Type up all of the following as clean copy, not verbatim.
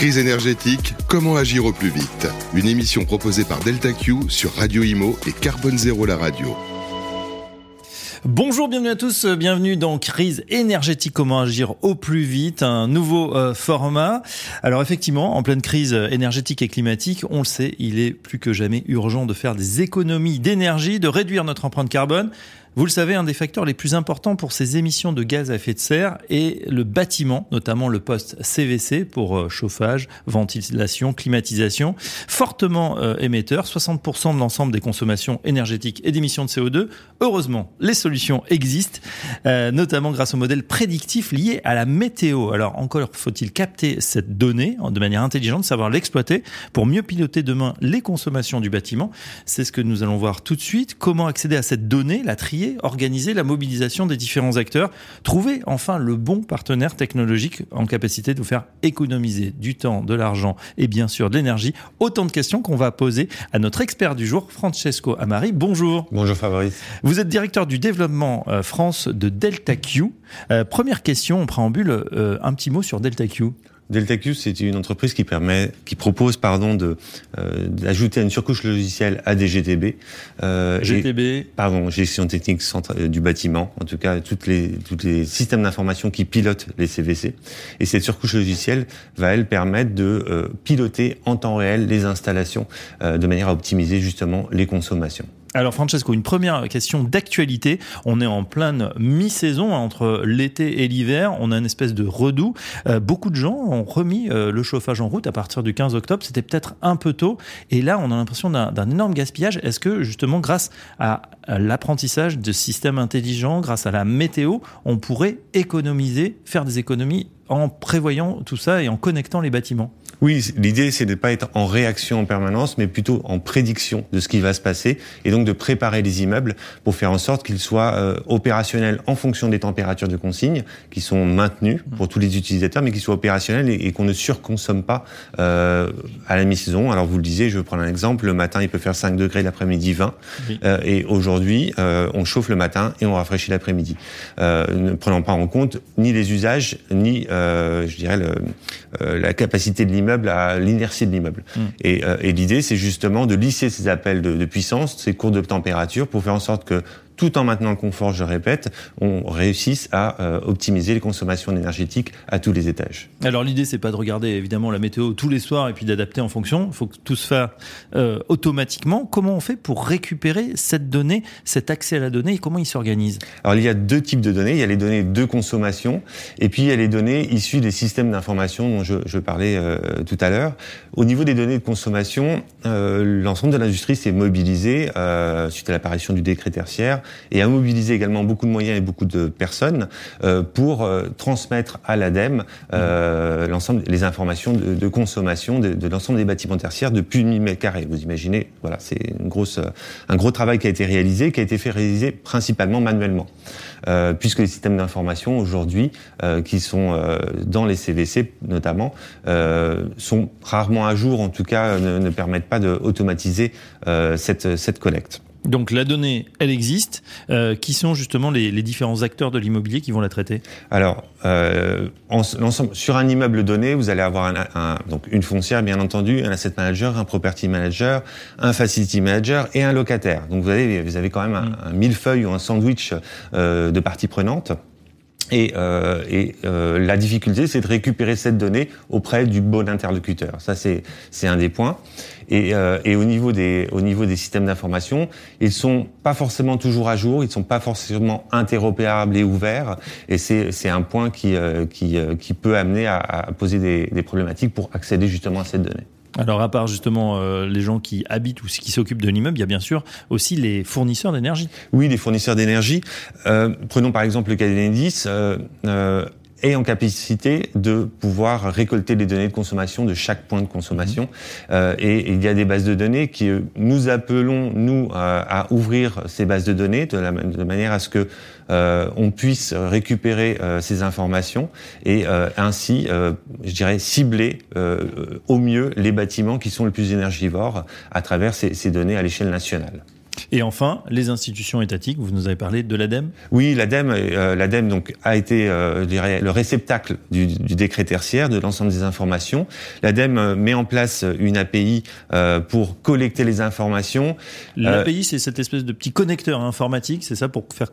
Crise énergétique, comment agir au plus vite? Une émission proposée par Delta Q sur Radio Imo et Carbone Zéro la radio. Bonjour, bienvenue à tous, bienvenue dans Crise énergétique, comment agir au plus vite, un nouveau format. Alors effectivement, en pleine crise énergétique et climatique, on le sait, il est plus que jamais urgent de faire des économies d'énergie, de réduire notre empreinte carbone. Vous le savez, un des facteurs les plus importants pour ces émissions de gaz à effet de serre est le bâtiment, notamment le poste CVC pour chauffage, ventilation, climatisation, fortement émetteur, 60% de l'ensemble des consommations énergétiques et d'émissions de CO2. Heureusement, les solutions existent, notamment grâce au modèle prédictif lié à la météo. Alors encore faut-il capter cette donnée de manière intelligente, savoir l'exploiter pour mieux piloter demain les consommations du bâtiment. C'est ce que nous allons voir tout de suite. Comment accéder à cette donnée, la trier, organiser la mobilisation des différents acteurs, trouver enfin le bon partenaire technologique en capacité de vous faire économiser du temps, de l'argent et bien sûr de l'énergie. Autant de questions qu'on va poser à notre expert du jour, Francesco Amari. Bonjour. Bonjour Fabrice. Vous êtes directeur du développement France de Delta Q. Première question en préambule, un petit mot sur Delta Q. Delta Q, c'est une entreprise qui propose d'ajouter une surcouche logicielle à des GTB. Gestion technique du bâtiment. En tout cas, tous les systèmes d'information qui pilotent les CVC. Et cette surcouche logicielle va, elle, permettre de piloter en temps réel les installations de manière à optimiser justement les consommations. Alors Francesco, une première question d'actualité. On est en pleine mi-saison entre l'été et l'hiver. On a une espèce de redout. Beaucoup de gens ont remis le chauffage en route à partir du 15 octobre. C'était peut-être un peu tôt. Et là, on a l'impression d'un énorme gaspillage. Est-ce que justement, grâce à l'apprentissage de systèmes intelligents, grâce à la météo, on pourrait économiser, faire des économies en prévoyant tout ça et en connectant les bâtiments? Oui, l'idée, c'est de ne pas être en réaction en permanence, mais plutôt en prédiction de ce qui va se passer, et donc de préparer les immeubles pour faire en sorte qu'ils soient opérationnels en fonction des températures de consigne, qui sont maintenues pour tous les utilisateurs, mais qui soient opérationnels et qu'on ne surconsomme pas à la mi-saison. Alors vous le disiez, je vais prendre un exemple, le matin il peut faire 5 degrés, l'après-midi 20, oui. Et aujourd'hui on chauffe le matin et on rafraîchit l'après-midi, ne prenant pas en compte ni les usages, ni la capacité de l'immeuble, à l'inertie de l'immeuble. Et l'idée, c'est justement de lisser ces appels de puissance, ces courbes de température, pour faire en sorte que, tout en maintenant le confort, je répète, on réussisse à optimiser les consommations énergétiques à tous les étages. Alors l'idée, c'est pas de regarder évidemment la météo tous les soirs et puis d'adapter en fonction. Il faut que tout se fasse automatiquement. Comment on fait pour récupérer cette donnée, cet accès à la donnée, et comment il s'organise? Alors il y a deux types de données. Il y a les données de consommation et puis il y a les données issues des systèmes d'information dont je parlais tout à l'heure. Au niveau des données de consommation, l'ensemble de l'industrie s'est mobilisé suite à l'apparition du décret tertiaire et a mobilisé également beaucoup de moyens et beaucoup de personnes pour transmettre à l'ADEME l'ensemble les informations de consommation de l'ensemble des bâtiments tertiaires de plus de 1000 m². Vous imaginez, voilà, c'est un gros travail qui a été fait réaliser principalement manuellement. Puisque les systèmes d'information aujourd'hui qui sont dans les CVC notamment sont rarement à jour, en tout cas ne permettent pas d'automatiser cette collecte. Donc la donnée, elle existe. Qui sont justement les différents acteurs de l'immobilier qui vont la traiter? Alors, sur un immeuble donné, vous allez avoir donc une foncière, bien entendu, un asset manager, un property manager, un facility manager et un locataire. Donc vous avez quand même un millefeuille ou un sandwich de parties prenantes. Et la difficulté, c'est de récupérer cette donnée auprès du bon interlocuteur. Ça, c'est un des points. Et au niveau des systèmes d'information, ils sont pas forcément toujours à jour, ils sont pas forcément interopérables et ouverts. Et c'est un point qui peut amener à poser des problématiques pour accéder justement à cette donnée. Alors à part justement les gens qui habitent ou qui s'occupent de l'immeuble, il y a bien sûr aussi les fournisseurs d'énergie. Oui, les fournisseurs d'énergie. Prenons par exemple le cas d'Enedis. Est en capacité de pouvoir récolter les données de consommation de chaque point de consommation. Et il y a des bases de données qui nous appelons, nous, à ouvrir ces bases de données de manière à ce que on puisse récupérer ces informations et ainsi, je dirais, cibler au mieux les bâtiments qui sont le plus énergivores à travers ces données à l'échelle nationale. Et enfin, les institutions étatiques, vous nous avez parlé de l'ADEME ? Oui, l'ADEME donc a été je dirais, le réceptacle du décret tertiaire de l'ensemble des informations. L'ADEME met en place une API pour collecter les informations. L'API, c'est cette espèce de petit connecteur informatique, c'est ça, pour faire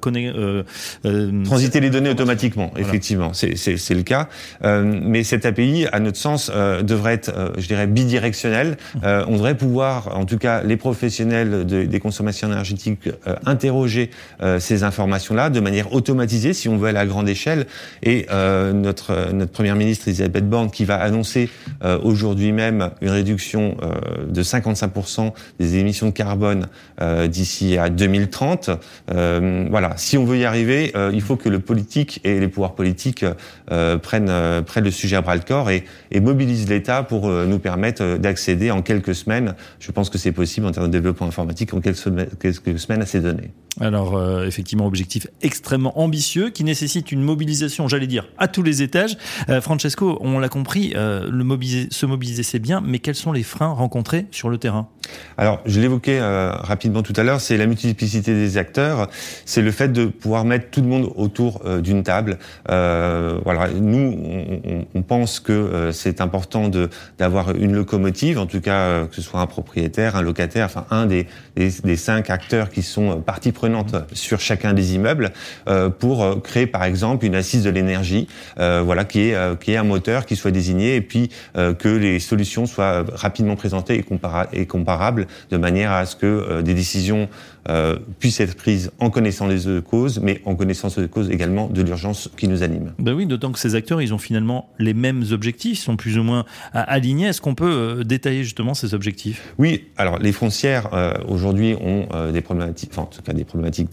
transiter les données automatiquement, voilà. Effectivement, c'est le cas. Mais cette API, à notre sens, devrait être, je dirais, bidirectionnelle. On devrait pouvoir, en tout cas, les professionnels des consommations énergétiques, interroger ces informations-là de manière automatisée, si on veut aller à grande échelle. Et notre première ministre Elisabeth Borne, qui va annoncer aujourd'hui même une réduction de 55% des émissions de carbone d'ici à 2030. Voilà, si on veut y arriver, il faut que le politique et les pouvoirs politiques prennent le sujet à bras-le-corps et mobilisent l'État pour nous permettre d'accéder en quelques semaines. Je pense que c'est possible en termes de développement informatique en quelques semaines à ces données. Alors, effectivement, objectif extrêmement ambitieux qui nécessite une mobilisation, j'allais dire, à tous les étages. Francesco, on l'a compris, se mobiliser, c'est bien, mais quels sont les freins rencontrés sur le terrain ? Alors, je l'évoquais rapidement tout à l'heure, c'est la multiplicité des acteurs, c'est le fait de pouvoir mettre tout le monde autour d'une table. Voilà, nous, on pense que c'est important d'avoir une locomotive, en tout cas que ce soit un propriétaire, un locataire, enfin un des 5 acteurs qui sont partie prenante sur chacun des immeubles, pour créer par exemple une assise de l'énergie, voilà, qui est un moteur qui soit désigné et puis que les solutions soient rapidement présentées et comparables de manière à ce que des décisions puissent être prises en connaissance des causes, mais en connaissance de cause également de l'urgence qui nous anime. Ben oui, d'autant que ces acteurs, ils ont finalement les mêmes objectifs, ils sont plus ou moins alignés. Est-ce qu'on peut détailler justement ces objectifs ? Oui, alors les foncières aujourd'hui ont des problématiques, enfin en tout cas des problématiques,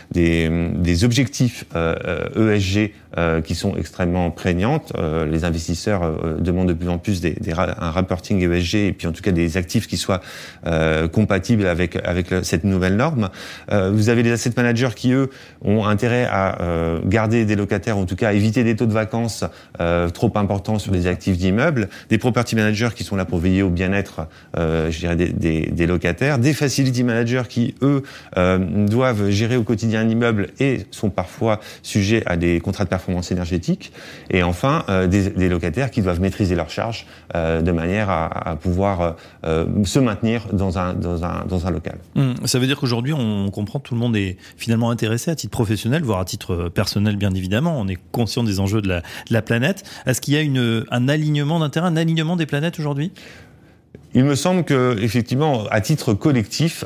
des objectifs ESG qui sont extrêmement prégnantes. Les investisseurs demandent de plus en plus un reporting ESG et puis en tout cas des actifs qui soient compatibles avec cette nouvelle norme. Vous avez les asset managers qui, eux, ont intérêt à garder des locataires, en tout cas à éviter des taux de vacances trop importants sur les actifs d'immeubles, des property managers qui sont là pour veiller au bien-être, je dirais, des locataires, des facility managers qui, eux, doivent gérer au quotidien l'immeuble et sont parfois sujets à des contrats de performance énergétique, et enfin des locataires qui doivent maîtriser leurs charges de manière à pouvoir se maintenir dans un local. Ça veut dire qu'aujourd'hui, on comprend, tout le monde est finalement intéressé à titre professionnel, voire à titre personnel, bien évidemment. On est conscient des enjeux de la planète. Est-ce qu'il y a un alignement d'intérêt, un alignement des planètes aujourd'hui ? Il me semble que, effectivement, à titre collectif,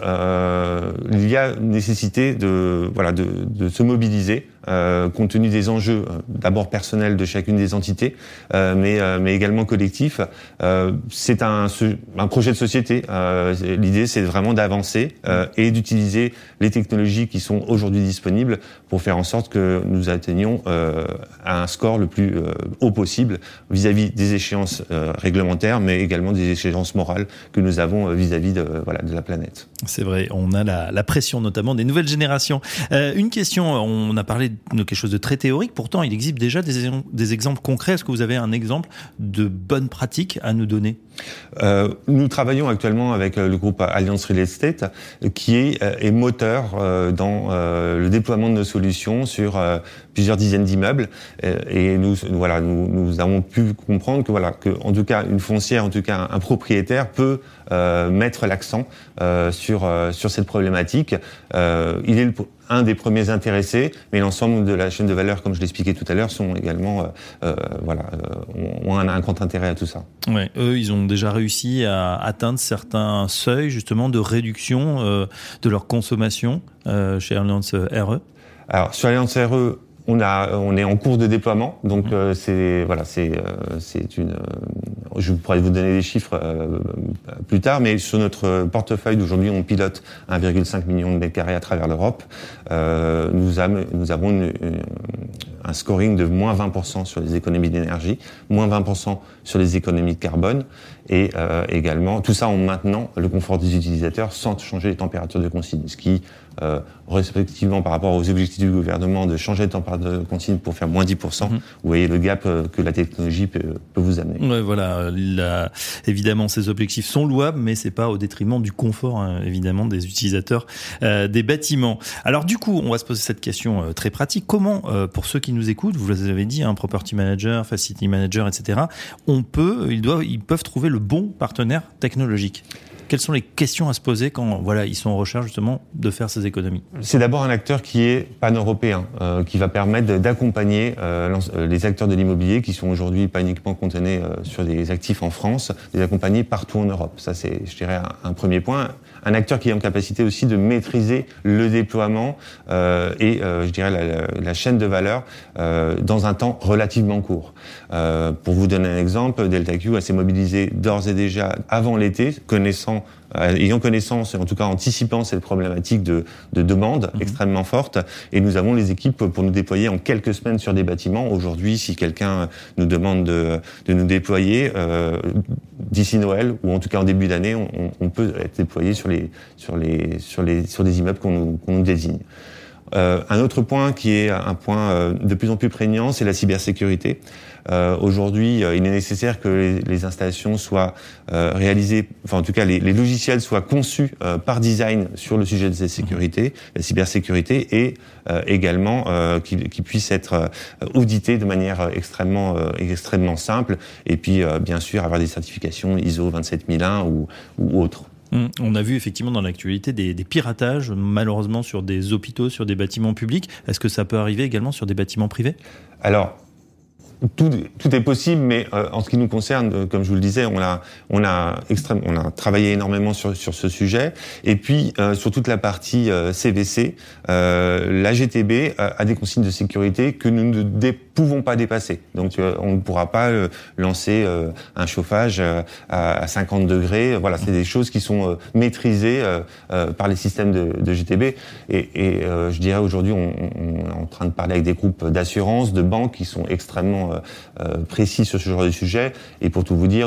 il y a nécessité de se mobiliser, compte tenu des enjeux d'abord personnels de chacune des entités, mais également collectifs. C'est un projet de société. L'idée, c'est vraiment d'avancer et d'utiliser les technologies qui sont aujourd'hui disponibles pour faire en sorte que nous atteignions un score le plus haut possible vis-à-vis des échéances réglementaires, mais également des échéances morales que nous avons vis-à-vis de la planète. C'est vrai, on a la pression notamment des nouvelles générations. Une question, on a parlé de quelque chose de très théorique, pourtant il existe déjà des exemples concrets. Est-ce que vous avez un exemple de bonne pratique à nous donner ? Nous travaillons actuellement avec le groupe Alliance Real Estate qui est moteur dans le déploiement de nos solutions sur plusieurs dizaines d'immeubles et nous avons pu comprendre que en tout cas une foncière, en tout cas un propriétaire peut mettre l'accent sur cette problématique. Il est un des premiers intéressés, mais l'ensemble de la chaîne de valeur, comme je l'expliquais tout à l'heure, sont également ont un grand intérêt à tout ça. Ouais, eux, ils ont déjà réussi à atteindre certains seuils justement de réduction de leur consommation chez Alliance RE. Alors sur Alliance RE, on est en cours de déploiement, donc je pourrais vous donner des chiffres plus tard, mais sur notre portefeuille d'aujourd'hui, on pilote 1,5 million de mètres carrés à travers l'Europe. Nous avons un scoring de moins 20% sur les économies d'énergie, moins 20% sur les économies de carbone, et également tout ça en maintenant le confort des utilisateurs sans changer les températures de consigne, ce qui respectivement par rapport aux objectifs du gouvernement de changer de température continue pour faire moins 10%. Vous voyez le gap que la technologie peut vous amener. Ouais, voilà. Évidemment, ces objectifs sont louables, mais c'est pas au détriment du confort, évidemment, des utilisateurs des bâtiments. Alors du coup, on va se poser cette question très pratique. Comment, pour ceux qui nous écoutent, vous l'avez dit, property manager, facility manager, etc., ils peuvent trouver le bon partenaire technologique? Quelles sont les questions à se poser quand ils sont en recherche justement de faire ces économies? C'est d'abord un acteur qui est pan-européen, qui va permettre d'accompagner les acteurs de l'immobilier qui sont aujourd'hui pas uniquement cantonnés sur des actifs en France, les accompagner partout en Europe. Ça, c'est, je dirais, un premier point. Un acteur qui est en capacité aussi de maîtriser le déploiement je dirais la chaîne de valeur dans un temps relativement court. Pour vous donner un exemple, DeltaQ s'est mobilisé d'ores et déjà avant l'été, ayant connaissance, en tout cas anticipant cette problématique de demande extrêmement forte, et nous avons les équipes pour nous déployer en quelques semaines sur des bâtiments. Aujourd'hui, si quelqu'un nous demande de nous déployer d'ici Noël, ou en tout cas en début d'année, on peut être déployé sur des immeubles qu'on nous désigne. Un autre point qui est un point de plus en plus prégnant, c'est la cybersécurité. Aujourd'hui, il est nécessaire que les installations soient réalisées, enfin en tout cas les logiciels soient conçus par design sur le sujet de la sécurité, la cybersécurité, et également qu'ils puissent être audités de manière extrêmement simple, et puis bien sûr avoir des certifications ISO 27001 ou autres. On a vu effectivement dans l'actualité des piratages, malheureusement sur des hôpitaux, sur des bâtiments publics. Est-ce que ça peut arriver également sur des bâtiments privés? Alors, tout est possible, mais en ce qui nous concerne, comme je vous le disais, on a travaillé énormément sur ce sujet. Et puis sur toute la partie CVC, la GTB a des consignes de sécurité que nous ne pouvons pas dépasser. Donc on ne pourra pas lancer un chauffage à 50 degrés. Voilà, c'est des choses qui sont maîtrisées par les systèmes de GTB. Et je dirais aujourd'hui, on est en train de parler avec des groupes d'assurance, de banques qui sont extrêmement précis sur ce genre de sujet. Et pour tout vous dire,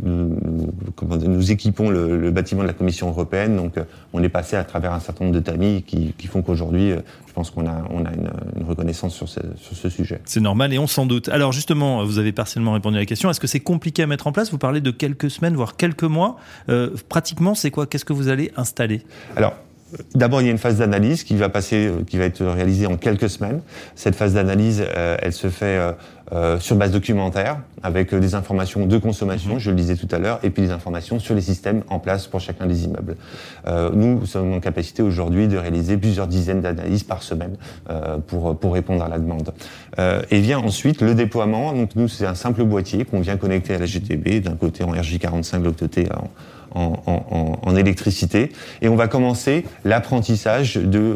nous équipons le bâtiment de la Commission européenne. Donc on est passé à travers un certain nombre de tamis qui font qu'aujourd'hui, je pense qu'on a une reconnaissance sur ce sujet. C'est normal et on s'en doute. Alors justement, vous avez partiellement répondu à la question. Est-ce que c'est compliqué à mettre en place? Vous parlez de quelques semaines, voire quelques mois. Pratiquement, c'est quoi? Qu'est-ce que vous allez installer? Alors, d'abord, il y a une phase d'analyse qui va être réalisée en quelques semaines. Cette phase d'analyse, elle se fait sur base documentaire, avec des informations de consommation, je le disais tout à l'heure, et puis des informations sur les systèmes en place pour chacun des immeubles. Nous sommes en capacité aujourd'hui de réaliser plusieurs dizaines d'analyses par semaine pour répondre à la demande. Et vient ensuite le déploiement. Donc nous, c'est un simple boîtier qu'on vient connecter à la GTB, d'un côté en RJ45, de l'autre côté en électricité, et on va commencer l'apprentissage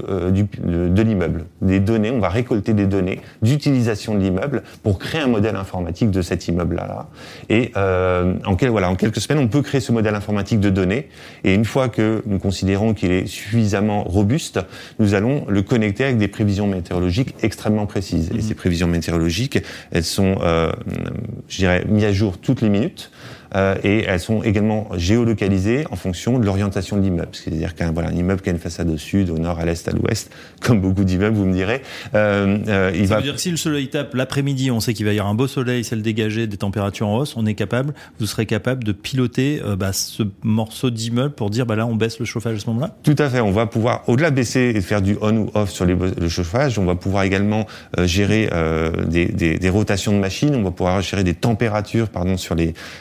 de l'immeuble, des données. On va récolter des données d'utilisation de l'immeuble pour créer un modèle informatique de cet immeuble-là. Et en quelques semaines, on peut créer ce modèle informatique de données. Et une fois que nous considérons qu'il est suffisamment robuste, nous allons le connecter avec des prévisions météorologiques extrêmement précises. Et ces prévisions météorologiques, elles sont, mises à jour toutes les minutes. Et elles sont également géolocalisées en fonction de l'orientation de l'immeuble. C'est-à-dire qu'un immeuble qui a une façade au sud, au nord, à l'est, à l'ouest, comme beaucoup d'immeubles, vous me direz. Ça veut dire que si le soleil tape l'après-midi, on sait qu'il va y avoir un beau soleil, ciel dégagé, des températures en hausse, vous serez capable de piloter ce morceau d'immeuble pour dire là on baisse le chauffage à ce moment-là? Tout à fait. On va pouvoir, au-delà de baisser et de faire du on ou off sur le chauffage, on va pouvoir également gérer des rotations de machines. On va pouvoir gérer des températures, sur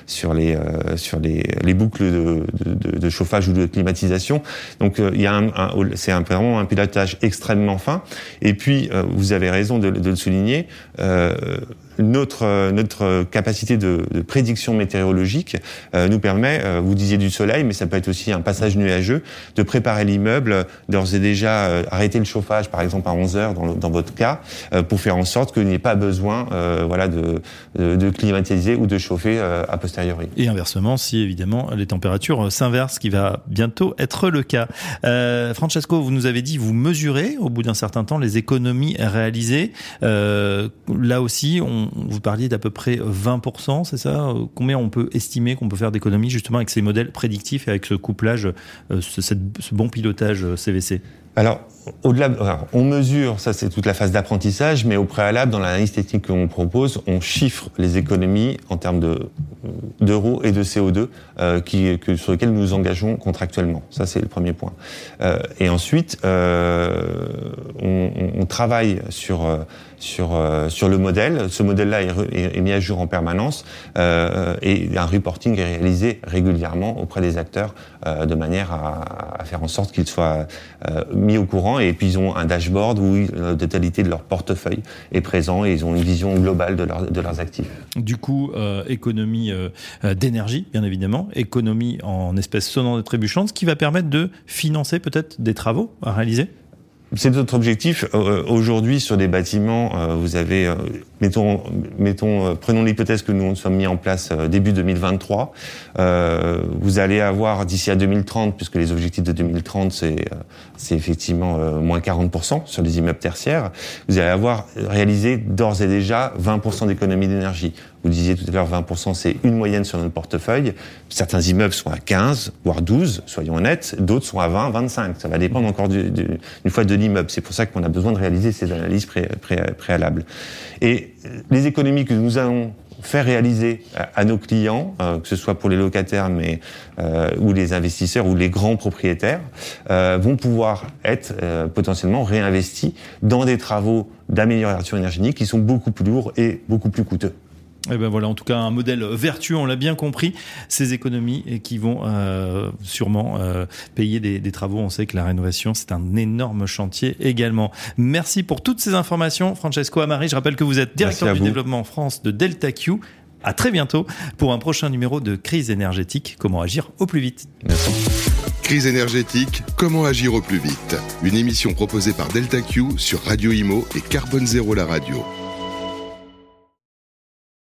les boucles de chauffage ou de climatisation. Donc il y a vraiment un pilotage extrêmement fin. Et puis vous avez raison de le souligner. Notre capacité de prédiction météorologique nous permet, vous disiez du soleil, mais ça peut être aussi un passage nuageux, de préparer l'immeuble, d'ores et déjà arrêter le chauffage, par exemple à 11 heures dans votre cas, pour faire en sorte qu'il n'y ait pas besoin de climatiser ou de chauffer a posteriori. Et inversement, si évidemment les températures s'inversent, ce qui va bientôt être le cas. Francesco, vous nous avez dit, vous mesurez au bout d'un certain temps les économies réalisées. Là aussi, vous parliez d'à peu près 20%, c'est ça? Combien on peut estimer qu'on peut faire d'économies justement avec ces modèles prédictifs et avec ce couplage, ce bon pilotage CVC? Alors, on mesure, ça c'est toute la phase d'apprentissage, mais au préalable, dans l'analyse technique que l'on propose, on chiffre les économies en termes d'euros et de CO2 sur lesquels nous nous engageons contractuellement. Ça c'est le premier point. Et ensuite, on travaille sur le modèle. Ce modèle-là est mis à jour en permanence et un reporting est réalisé régulièrement auprès des acteurs de manière à faire en sorte qu'ils soient mis au courant. Et puis ils ont un dashboard où la totalité de leur portefeuille est présent et ils ont une vision globale de leurs actifs. Du coup, économie d'énergie, bien évidemment, économie en espèces sonnantes et trébuchantes, ce qui va permettre de financer peut-être des travaux à réaliser. C'est notre objectif. Aujourd'hui, sur des bâtiments, vous avez, prenons l'hypothèse que nous sommes mis en place début 2023. Vous allez avoir d'ici à 2030, puisque les objectifs de 2030, c'est effectivement moins 40% sur les immeubles tertiaires. Vous allez avoir réalisé d'ores et déjà 20% d'économie d'énergie. Vous disiez tout à l'heure 20%, c'est une moyenne sur notre portefeuille. Certains immeubles sont à 15, voire 12, soyons honnêtes. D'autres sont à 20, 25. Ça va dépendre encore une fois de l'immeuble. C'est pour ça qu'on a besoin de réaliser ces analyses préalables. Et les économies que nous allons faire réaliser à nos clients, que ce soit pour les locataires, ou les investisseurs ou les grands propriétaires, vont pouvoir être potentiellement réinvestis dans des travaux d'amélioration énergétique qui sont beaucoup plus lourds et beaucoup plus coûteux. Et ben voilà, en tout cas un modèle vertueux, on l'a bien compris, ces économies et qui vont sûrement payer des travaux. On sait que la rénovation, c'est un énorme chantier également. Merci pour toutes ces informations, Francesco Amari. Je rappelle que vous êtes directeur du développement en France de DeltaQ. À très bientôt pour un prochain numéro de Crise énergétique. Comment agir au plus vite. Merci. Crise énergétique, comment agir au plus vite. Une émission proposée par DeltaQ sur Radio Imo et Carbone Zéro la radio.